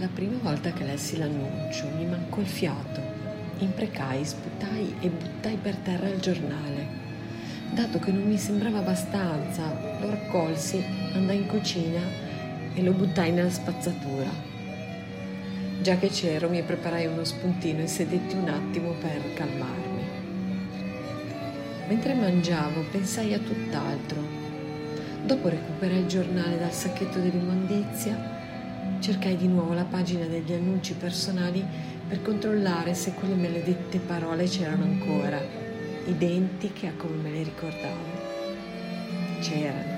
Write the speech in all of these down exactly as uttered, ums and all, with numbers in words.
La prima volta che lessi l'annuncio mi mancò il fiato. Imprecai, sputai e buttai per terra il giornale. Dato che non mi sembrava abbastanza, lo raccolsi, andai in cucina e lo buttai nella spazzatura. Già che c'ero, mi preparai uno spuntino e sedetti un attimo per calmarmi. Mentre mangiavo, pensai a tutt'altro. Dopo recuperai il giornale dal sacchetto dell'immondizia. Cercai di nuovo la pagina degli annunci personali per controllare se quelle maledette parole c'erano ancora, identiche a come me le ricordavo. C'erano.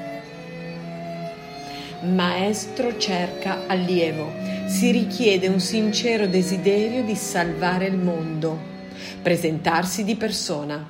Maestro cerca allievo. Si richiede un sincero desiderio di salvare il mondo. Presentarsi di persona.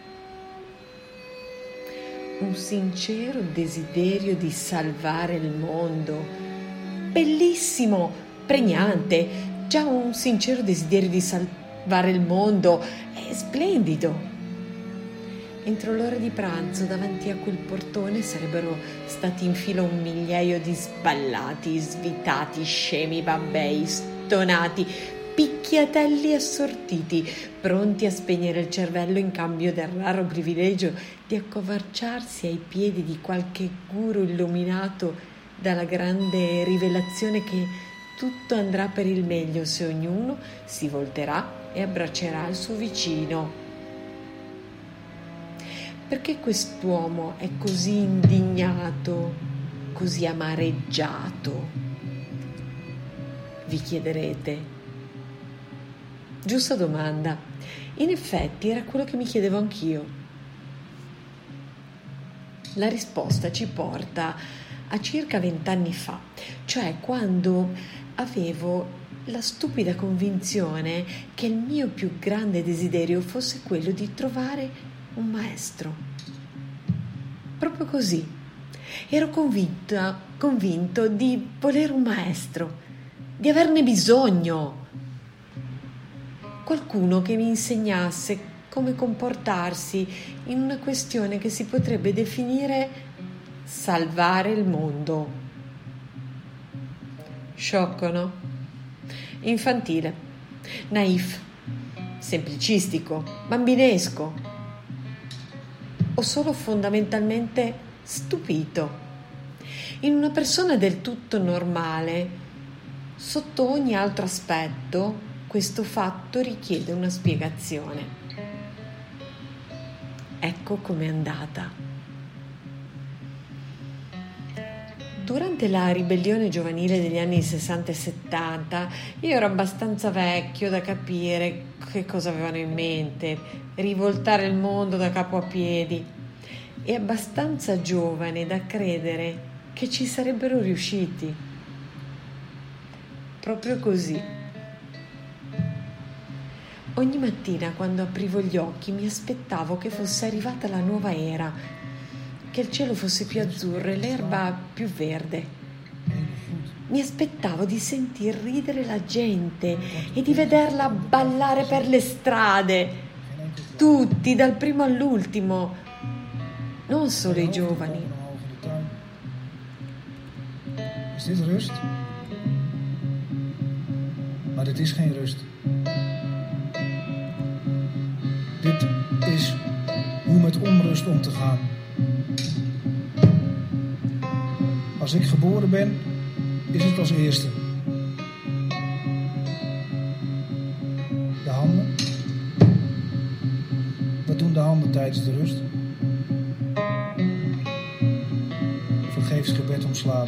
Un sincero desiderio di salvare il mondo. Bellissimo, pregnante, già un sincero desiderio di salvare il mondo, è splendido. Entro l'ora di pranzo davanti a quel portone sarebbero stati in fila un migliaio di sballati, svitati, scemi, babbei, stonati, picchiatelli assortiti, pronti a spegnere il cervello in cambio del raro privilegio di accovacciarsi ai piedi di qualche guru illuminato dalla grande rivelazione che tutto andrà per il meglio se ognuno si volterà e abbraccerà il suo vicino. Perché quest'uomo è così indignato, così amareggiato? Vi chiederete. Giusta domanda. In effetti era quello che mi chiedevo anch'io. La risposta ci porta a circa vent'anni fa, cioè quando avevo la stupida convinzione che il mio più grande desiderio fosse quello di trovare un maestro. Proprio così. Ero convinta, convinto di volere un maestro, di averne bisogno. Qualcuno che mi insegnasse come comportarsi in una questione che si potrebbe definire salvare il mondo. Sciocco, no? Infantile, naif, semplicistico, bambinesco, o solo fondamentalmente stupito. In una persona del tutto normale, sotto ogni altro aspetto, questo fatto richiede una spiegazione. Ecco com'è andata. Durante la ribellione giovanile degli anni sessanta e settanta, io ero abbastanza vecchio da capire che cosa avevano in mente, rivoltare il mondo da capo a piedi, e abbastanza giovane da credere che ci sarebbero riusciti. Proprio così. Ogni mattina quando aprivo gli occhi mi aspettavo che fosse arrivata la nuova era, che il cielo fosse più azzurro e l'erba più verde. Mi aspettavo di sentir ridere la gente e di vederla ballare per le strade, tutti, dal primo all'ultimo, non solo i giovani. Is dit rust? Maar dit is geen rust. Dit is hoe met onrust om te gaan. Als ik geboren ben, is het als eerste. De handen. Wat doen de handen tijdens de rust? Vergeefs gebed om slaap.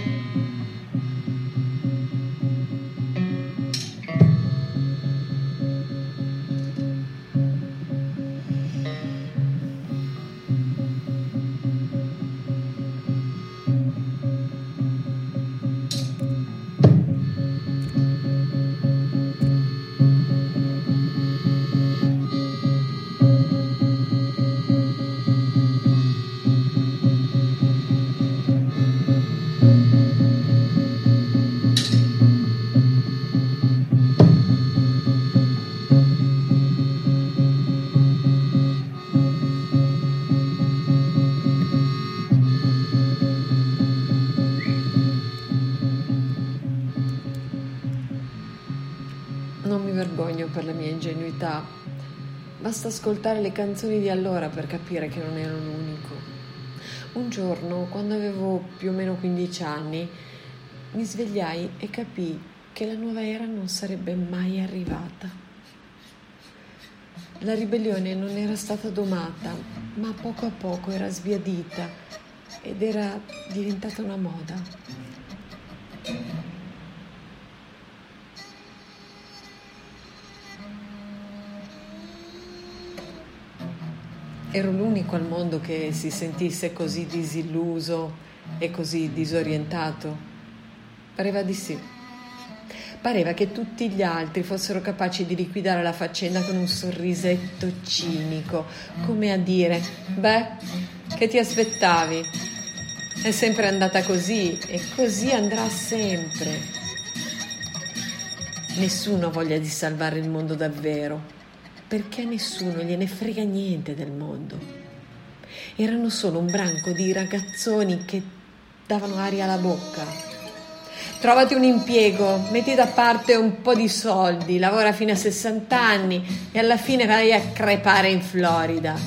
vergogno per la mia ingenuità. Basta ascoltare le canzoni di allora per capire che non ero l'unico. Un giorno, quando avevo più o meno quindici anni, mi svegliai e capii che la nuova era non sarebbe mai arrivata. La ribellione non era stata domata, ma poco a poco era sbiadita ed era diventata una moda. Ero l'unico al mondo che si sentisse così disilluso e così disorientato? Pareva di sì. Pareva che tutti gli altri fossero capaci di liquidare la faccenda con un sorrisetto cinico, come a dire: beh, che ti aspettavi? È sempre andata così e così andrà sempre. Nessuno ha voglia di salvare il mondo davvero, perché a nessuno gliene frega niente del mondo. Erano solo un branco di ragazzoni che davano aria alla bocca. Trovati un impiego, metti da parte un po' di soldi, lavora fino a sessanta anni e alla fine vai a crepare in Florida.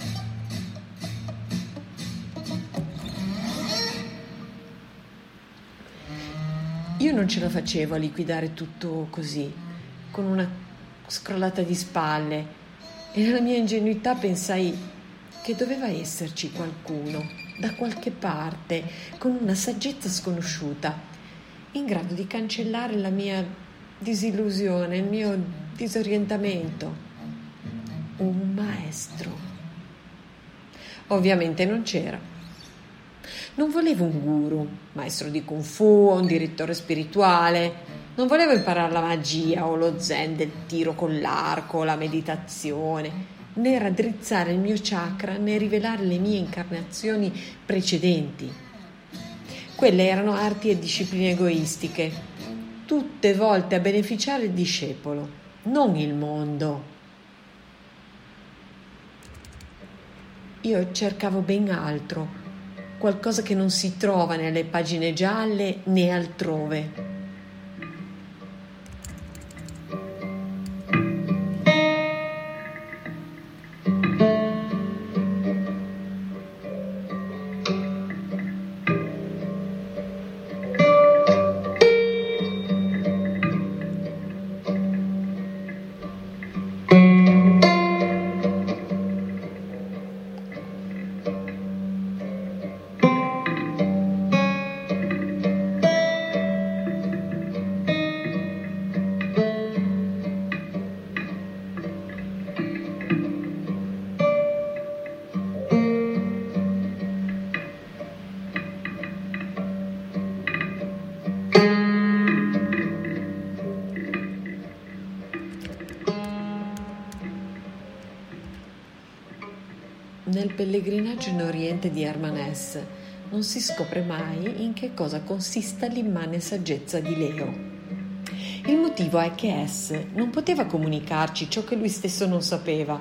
Io non ce la facevo a liquidare tutto così, con una scrollata di spalle, e nella mia ingenuità pensai che doveva esserci qualcuno da qualche parte con una saggezza sconosciuta in grado di cancellare la mia disillusione, il mio disorientamento. Un maestro. Ovviamente non c'era. Non volevo un guru, maestro di Kung Fu o un direttore spirituale. Non volevo imparare la magia o lo zen del tiro con l'arco o la meditazione, né raddrizzare il mio chakra, né rivelare le mie incarnazioni precedenti. Quelle erano arti e discipline egoistiche, tutte volte a beneficiare il discepolo, non il mondo. Io cercavo ben altro, qualcosa che non si trova nelle pagine gialle né altrove. Nel pellegrinaggio in Oriente di Hermann Hesse non si scopre mai in che cosa consista l'immane saggezza di Leo. Il motivo è che Hesse non poteva comunicarci ciò che lui stesso non sapeva.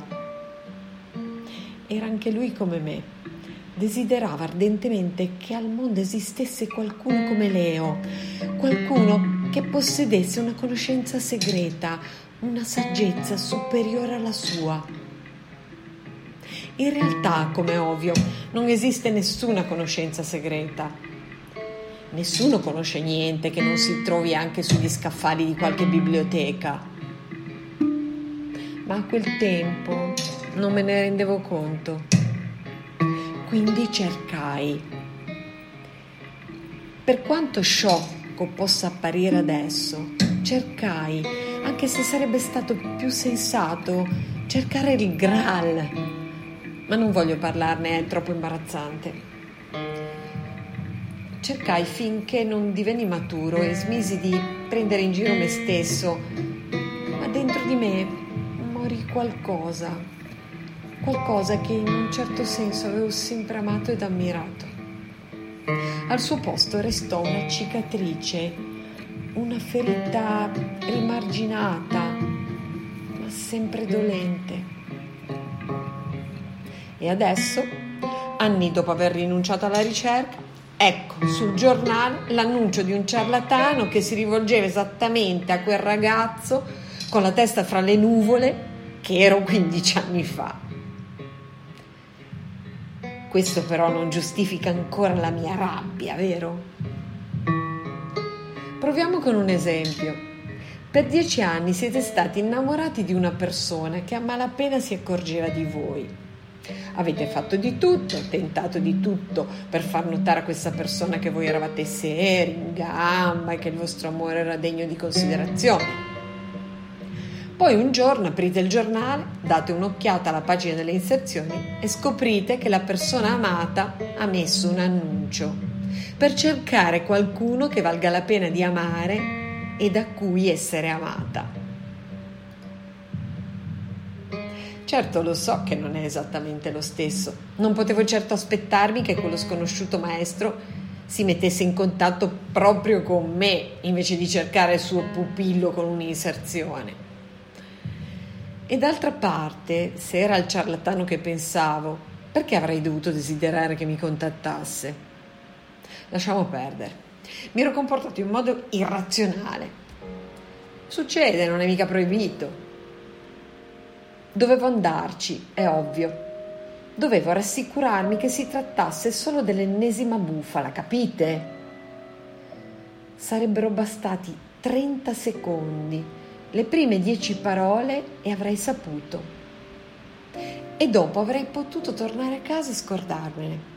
Era anche lui come me. Desiderava ardentemente che al mondo esistesse qualcuno come Leo, qualcuno che possedesse una conoscenza segreta, una saggezza superiore alla sua. In realtà, come è ovvio, non esiste nessuna conoscenza segreta. Nessuno conosce niente che non si trovi anche sugli scaffali di qualche biblioteca. Ma a quel tempo non me ne rendevo conto. Quindi cercai. Per quanto sciocco possa apparire adesso, cercai, anche se sarebbe stato più sensato cercare il Graal. Ma non voglio parlarne, è troppo imbarazzante. Cercai finché non divenni maturo e smisi di prendere in giro me stesso, ma dentro di me morì qualcosa, qualcosa che in un certo senso avevo sempre amato ed ammirato. Al suo posto restò una cicatrice, una ferita rimarginata, ma sempre dolente. E adesso, anni dopo aver rinunciato alla ricerca, ecco sul giornale l'annuncio di un ciarlatano che si rivolgeva esattamente a quel ragazzo con la testa fra le nuvole, che ero quindici anni fa. Questo però non giustifica ancora la mia rabbia, vero? Proviamo con un esempio. Per dieci anni siete stati innamorati di una persona che a malapena si accorgeva di voi. Avete fatto di tutto, tentato di tutto per far notare a questa persona che voi eravate seri, in gamba e che il vostro amore era degno di considerazione. Poi un giorno aprite il giornale, date un'occhiata alla pagina delle inserzioni e scoprite che la persona amata ha messo un annuncio per cercare qualcuno che valga la pena di amare e da cui essere amata. Certo, lo so che non è esattamente lo stesso. Non potevo certo aspettarmi che quello sconosciuto maestro si mettesse in contatto proprio con me invece di cercare il suo pupillo con un'inserzione. E d'altra parte, se era il ciarlatano che pensavo, perché avrei dovuto desiderare che mi contattasse? Lasciamo perdere. Mi ero comportato in modo irrazionale. Succede, non è mica proibito. Dovevo andarci, è ovvio. Dovevo rassicurarmi che si trattasse solo dell'ennesima bufala, capite? Sarebbero bastati trenta secondi, le prime dieci parole e avrei saputo. E dopo avrei potuto tornare a casa e scordarmene.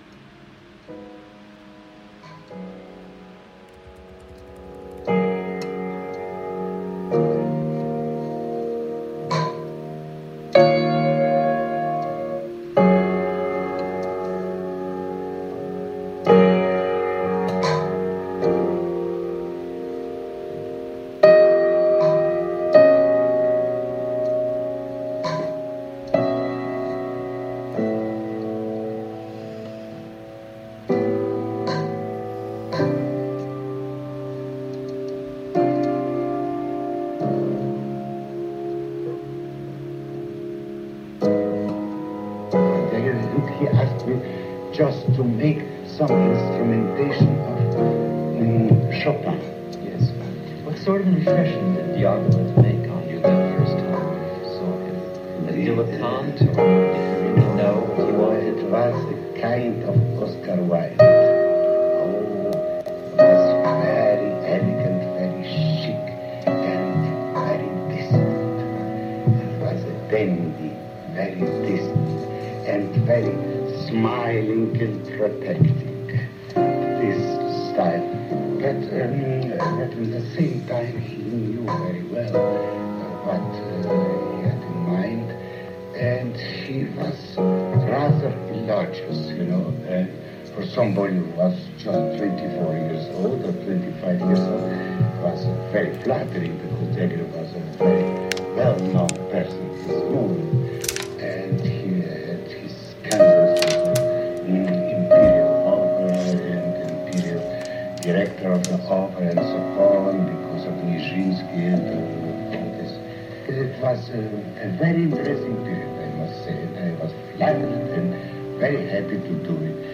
He asked me just to make some instrumentation of um, Chopin. Yes. What sort of impression did Diaghilev make on you that first time you saw him? A dilettante, or did you really know what he wanted? It was a kind of Oscar Wilde. Oh, it was very elegant, very chic, and very distant. It was a dandy, very distant, and very smiling and protecting, this style. But, um, but at the same time he knew very well what uh, he had in mind, and he was rather elogious, you know, uh, for somebody who was just twenty-four years old or twenty-five years old. It was very flattering because Diaghilev was a very well-known person in his movement, and he had his canvas with the Imperial Opera and Imperial Director of the Opera and so on, because of Nijinsky and uh, all this. It was a, a very interesting period, I must say, and I was flattered and very happy to do it.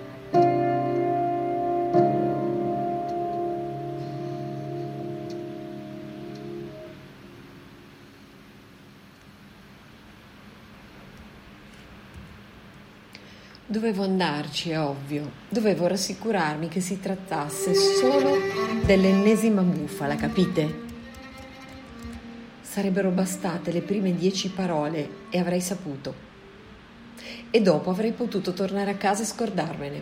Dovevo andarci, è ovvio. Dovevo rassicurarmi che si trattasse solo dell'ennesima bufala, capite? Sarebbero bastate le prime dieci parole e avrei saputo. E dopo avrei potuto tornare a casa e scordarmene.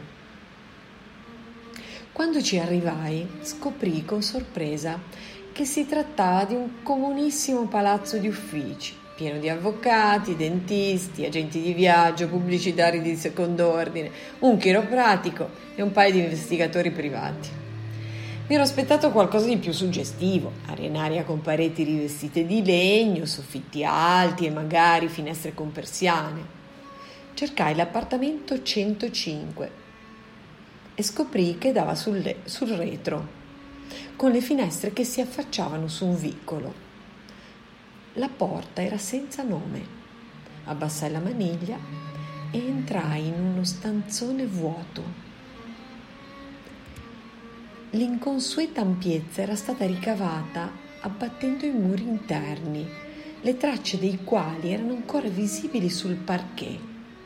Quando ci arrivai, scoprì con sorpresa che si trattava di un comunissimo palazzo di uffici, pieno di avvocati, dentisti, agenti di viaggio, pubblicitari di secondo ordine, un chiropratico e un paio di investigatori privati. Mi ero aspettato qualcosa di più suggestivo, arenaria con pareti rivestite di legno, soffitti alti e magari finestre con persiane. Cercai l'appartamento centocinque e scoprì che dava sul, le- sul retro, con le finestre che si affacciavano su un vicolo. La porta era senza nome. Abbassai la maniglia e entrai in uno stanzone vuoto. L'inconsueta ampiezza era stata ricavata abbattendo i muri interni, le tracce dei quali erano ancora visibili sul parquet.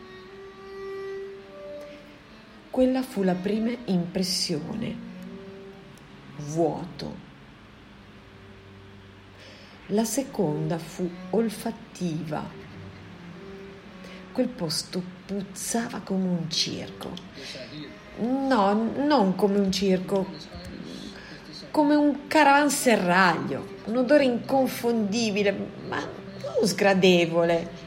Quella fu la prima impressione. Vuoto. La seconda fu olfattiva. Quel posto puzzava come un circo. No, non come un circo, come un caravanserraglio, un odore inconfondibile, ma non sgradevole.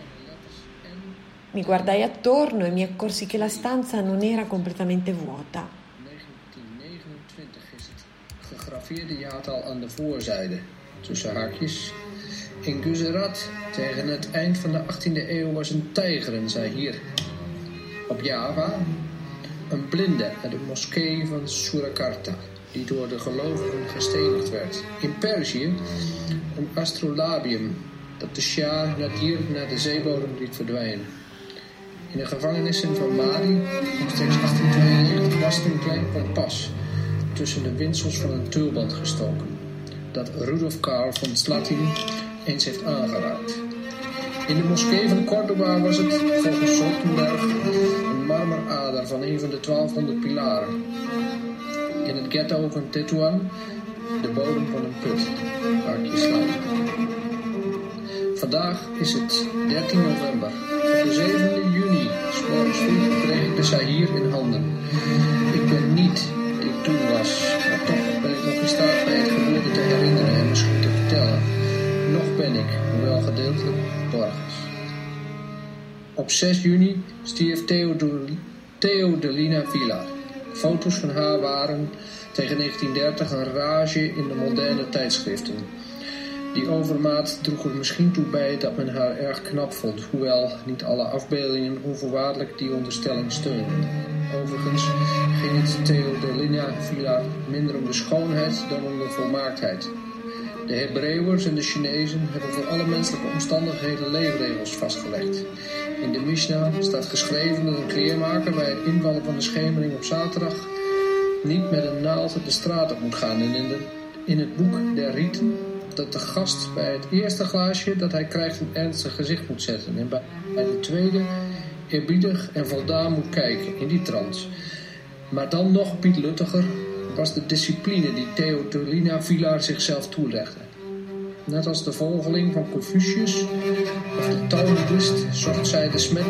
Mi guardai attorno e mi accorsi che la stanza non era completamente vuota. negentiennegenentwintig is het gegraveerde jaartal aan de voorzijde, tussen haakjes. In Gujarat, tegen het eind van de achttiende eeuw, was een tijger, zei hier. Op Java, een blinde uit de moskee van Surakarta, die door de gelovigen gestenigd werd. In Perzië, een astrolabium, dat de Shah Nadir naar de zeebodem liet verdwijnen. In de gevangenissen van Mali, omstreeks achttien tweeënnegentig, was er een klein kompas tussen de windsels van een tulband gestoken, dat Rudolf Karl von Slatin eens heeft aangeraakt. In de moskee van Cordoba was het, volgens Stoltenberg, een marmerader van een van de twaalfhonderd pilaren. In het ghetto van Tetuan de bodem van een put, haakje sluiten. Vandaag is het dertien november. Op de zevende juni, 's morgens vroeg, kreeg ik de Sahir in handen. Ik ben niet die ik toen was, maar toch ben ik nog in staat bij het gebeurde te herinneren en misschien te vertellen. Nog ben ik, hoewel gedeeltelijk, borgers. Op zes juni stierf Theodor- Theodelina Villar. Foto's van haar waren tegen negentien dertig een rage in de moderne tijdschriften. Die overmaat droeg er misschien toe bij dat men haar erg knap vond, hoewel niet alle afbeeldingen onvoorwaardelijk die onderstelling steunden. Overigens ging het Theodelina Villar minder om de schoonheid dan om de volmaaktheid. De Hebreeuwers en de Chinezen hebben voor alle menselijke omstandigheden leefregels vastgelegd. In de Mishnah staat geschreven dat een kleermaker bij het invallen van de schemering op zaterdag niet met een naald de straat op moet gaan. En in, de, in het boek der Rieten dat de gast bij het eerste glaasje dat hij krijgt een ernstig gezicht moet zetten. En bij de tweede eerbiedig en voldaan moet kijken in die trant. Maar dan nog pietluttiger was de discipline die Theodelina Villar zichzelf toelegde. Net als de volgeling van Confucius of de Taoïst zocht zij de smet.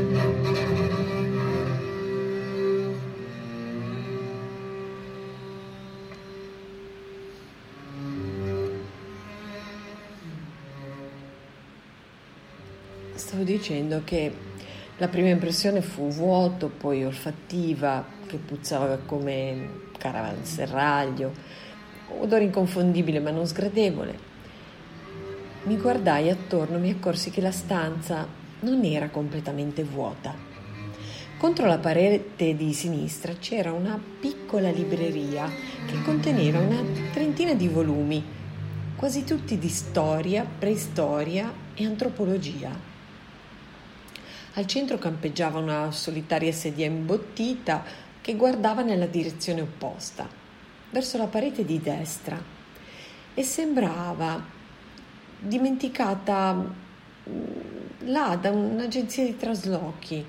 Stavo dicendo che la prima impressione fu vuoto, poi olfattiva, che puzzava come caravanserraglio, odore inconfondibile ma non sgradevole. Mi guardai attorno e mi accorsi che la stanza non era completamente vuota. Contro la parete di sinistra c'era una piccola libreria che conteneva una trentina di volumi, quasi tutti di storia, preistoria e antropologia. Al centro campeggiava una solitaria sedia imbottita che guardava nella direzione opposta, verso la parete di destra, e sembrava dimenticata là da un'agenzia di traslochi.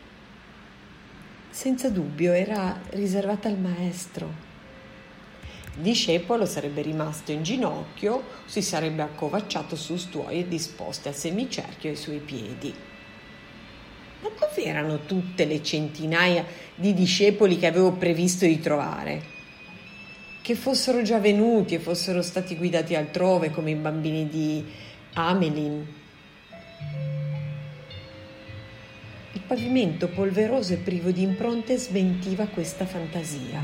Senza dubbio era riservata al maestro. Il discepolo sarebbe rimasto in ginocchio, si sarebbe accovacciato su stuoie disposte a semicerchio ai suoi piedi. Ma dove erano tutte le centinaia di discepoli che avevo previsto di trovare? Che fossero già venuti e fossero stati guidati altrove come i bambini di Amelin. Il pavimento polveroso e privo di impronte smentiva questa fantasia.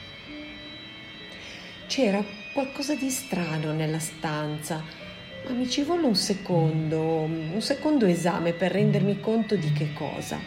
C'era qualcosa di strano nella stanza, ma mi ci volle un secondo, un secondo esame per rendermi conto di che cosa.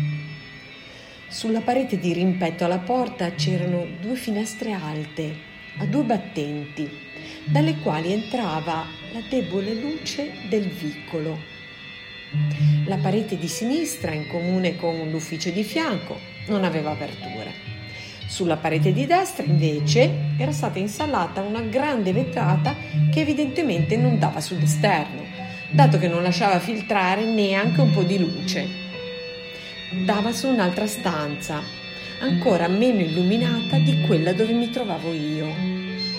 Sulla parete di rimpetto alla porta c'erano due finestre alte, a due battenti, dalle quali entrava la debole luce del vicolo. La parete di sinistra, in comune con l'ufficio di fianco, non aveva aperture. Sulla parete di destra, invece, era stata installata una grande vetrata che evidentemente non dava sull'esterno, dato che non lasciava filtrare neanche un po' di luce. Dava su un'altra stanza, ancora meno illuminata di quella dove mi trovavo io.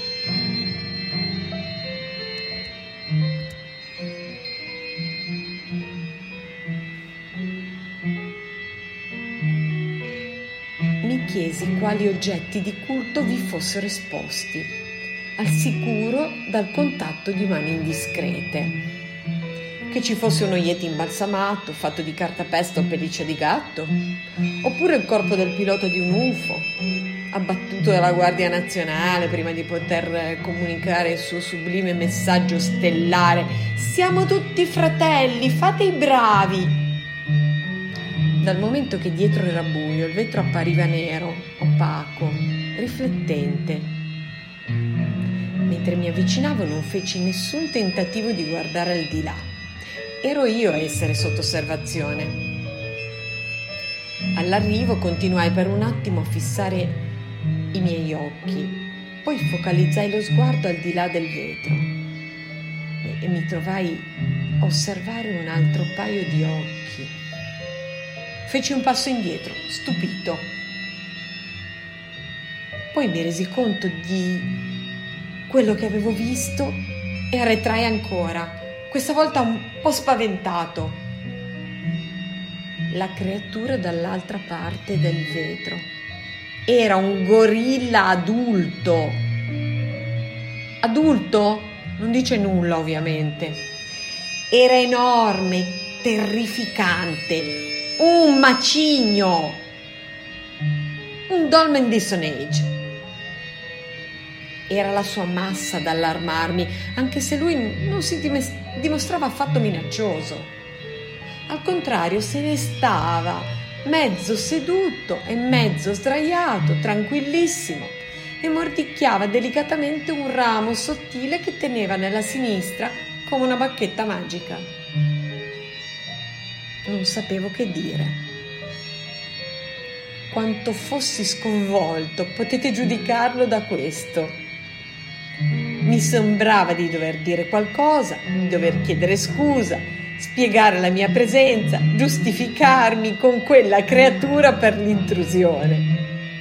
Mi chiesi quali oggetti di culto vi fossero esposti, al sicuro dal contatto di mani indiscrete. Che ci fosse uno Yeti imbalsamato, fatto di cartapesta o pelliccia di gatto, oppure il corpo del pilota di un U F O, abbattuto dalla Guardia Nazionale prima di poter comunicare il suo sublime messaggio stellare: siamo tutti fratelli, fate i bravi. Dal momento che dietro era buio, il vetro appariva nero, opaco, riflettente. Mentre mi avvicinavo non feci nessun tentativo di guardare al di là. Ero io a essere sotto osservazione. All'arrivo continuai per un attimo a fissare i miei occhi, poi focalizzai lo sguardo al di là del vetro e mi trovai a osservare un altro paio di occhi. Feci un passo indietro, stupito. Poi mi resi conto di quello che avevo visto e arretrai ancora, questa volta un po' spaventato. La creatura dall'altra parte del vetro era un gorilla adulto. Adulto? Non dice nulla, ovviamente. Era enorme, terrificante, un macigno, un dolmen di Stone Age. Era la sua massa ad allarmarmi, anche se lui non si dimostrava affatto minaccioso. Al contrario, se ne stava mezzo seduto e mezzo sdraiato, tranquillissimo, e mordicchiava delicatamente un ramo sottile che teneva nella sinistra come una bacchetta magica. Non sapevo che dire. Quanto fossi sconvolto, potete giudicarlo da questo. Mi sembrava di dover dire qualcosa, di dover chiedere scusa, spiegare la mia presenza, giustificarmi con quella creatura per l'intrusione.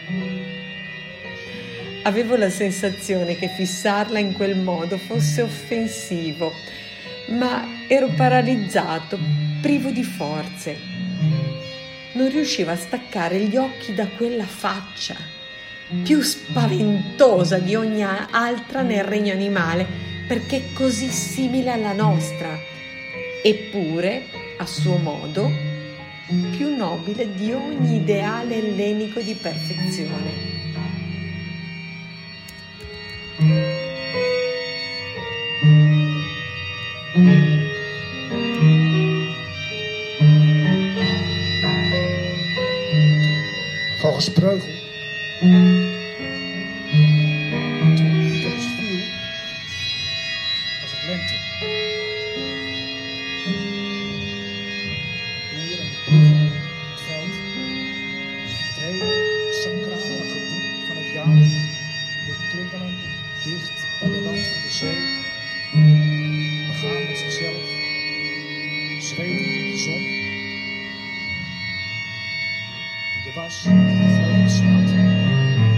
Avevo la sensazione che fissarla in quel modo fosse offensivo, ma ero paralizzato, privo di forze. Non riuscivo a staccare gli occhi da quella faccia, più spaventosa di ogni altra nel regno animale, perché così simile alla nostra, eppure, a suo modo, più nobile di ogni ideale ellenico di perfezione. Volgens Breugel. Toen de rust viel, was het lente. Hier in de bruggen, het veld, het hele sacrale gebied van het jaar, de klinkelen dicht bij de rand van de zee, begaan met zichzelf, zwevend in de zon, die er was, vloog het zwart.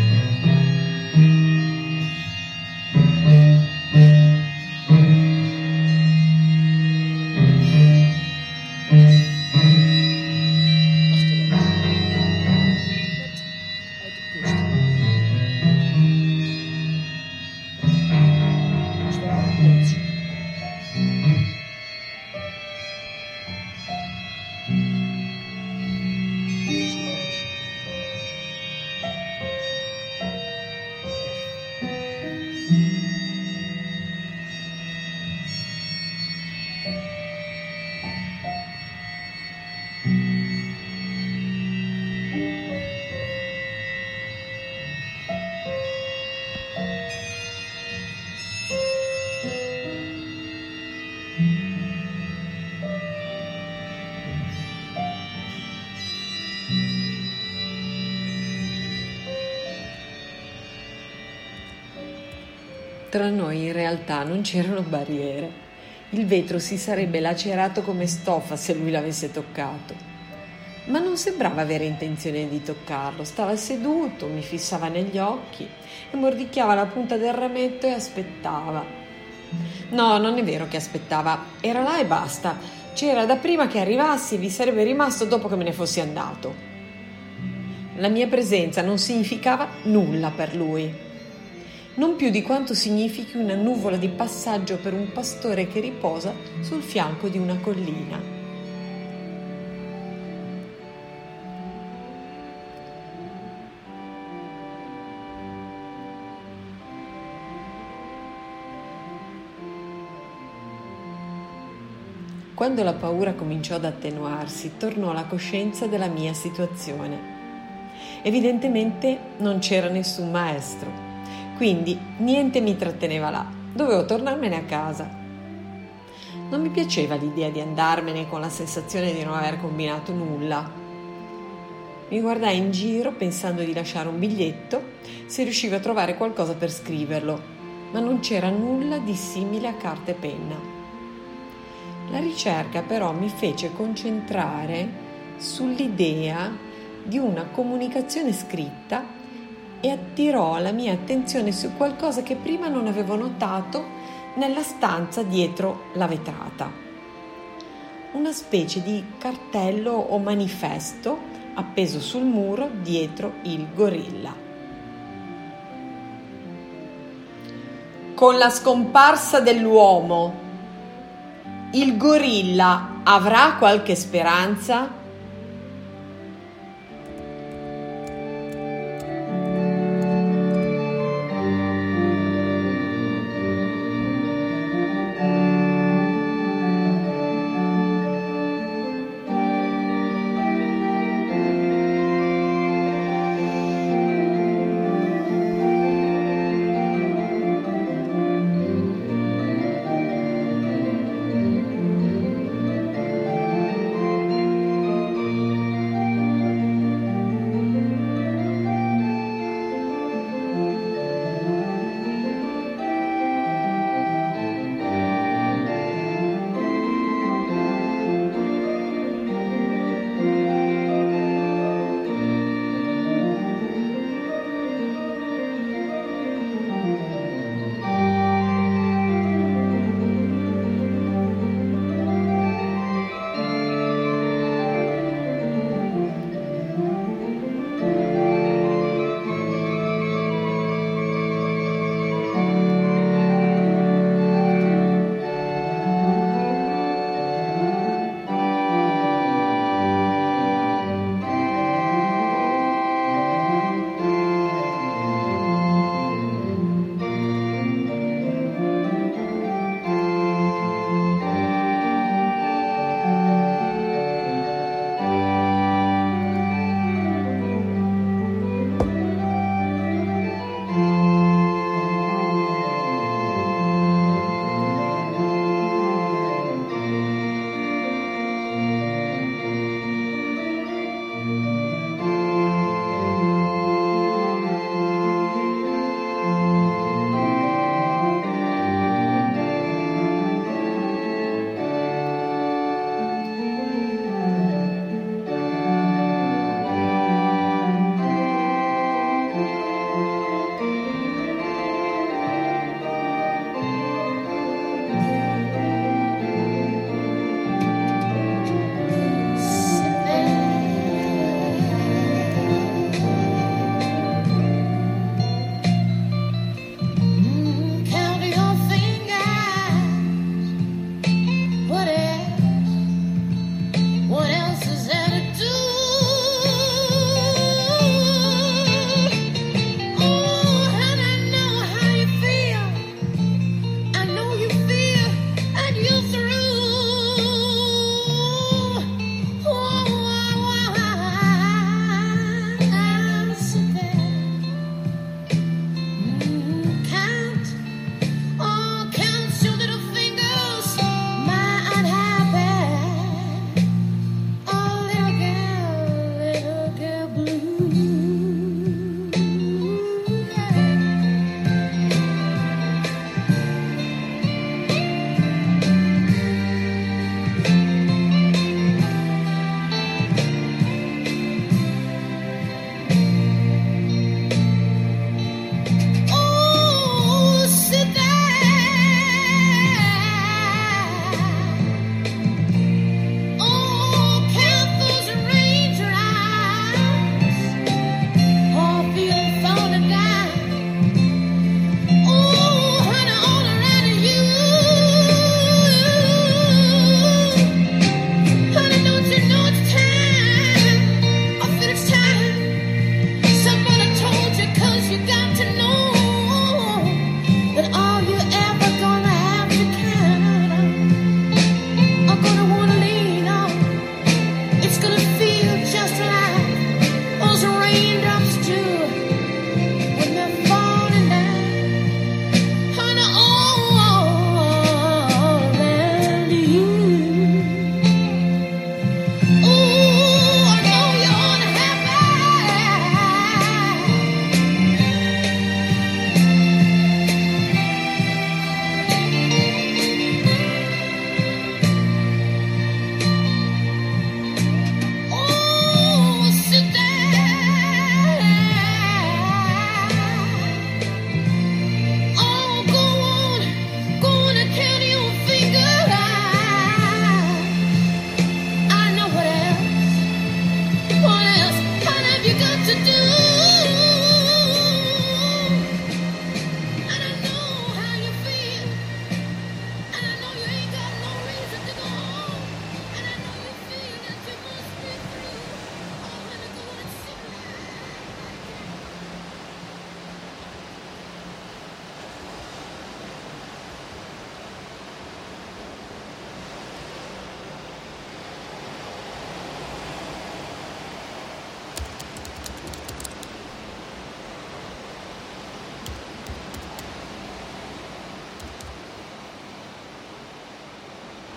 Tra noi in realtà non c'erano barriere. Il vetro si sarebbe lacerato come stoffa se lui l'avesse toccato. Ma non sembrava avere intenzione di toccarlo. Stava seduto, mi fissava negli occhi e mordicchiava la punta del rametto e aspettava. No, non è vero che aspettava. Era là e basta. C'era da prima che arrivassi e vi sarebbe rimasto dopo che me ne fossi andato. La mia presenza non significava nulla per lui. Non più di quanto significhi una nuvola di passaggio per un pastore che riposa sul fianco di una collina. Quando la paura cominciò ad attenuarsi, tornò la coscienza della mia situazione. Evidentemente non c'era nessun maestro. Quindi niente mi tratteneva là, dovevo tornarmene a casa. Non mi piaceva l'idea di andarmene con la sensazione di non aver combinato nulla. Mi guardai in giro pensando di lasciare un biglietto se riuscivo a trovare qualcosa per scriverlo, ma non c'era nulla di simile a carta e penna. La ricerca però mi fece concentrare sull'idea di una comunicazione scritta e attirò la mia attenzione su qualcosa che prima non avevo notato nella stanza dietro la vetrata. Una specie di cartello o manifesto appeso sul muro dietro il gorilla. Con la scomparsa dell'uomo, il gorilla avrà qualche speranza?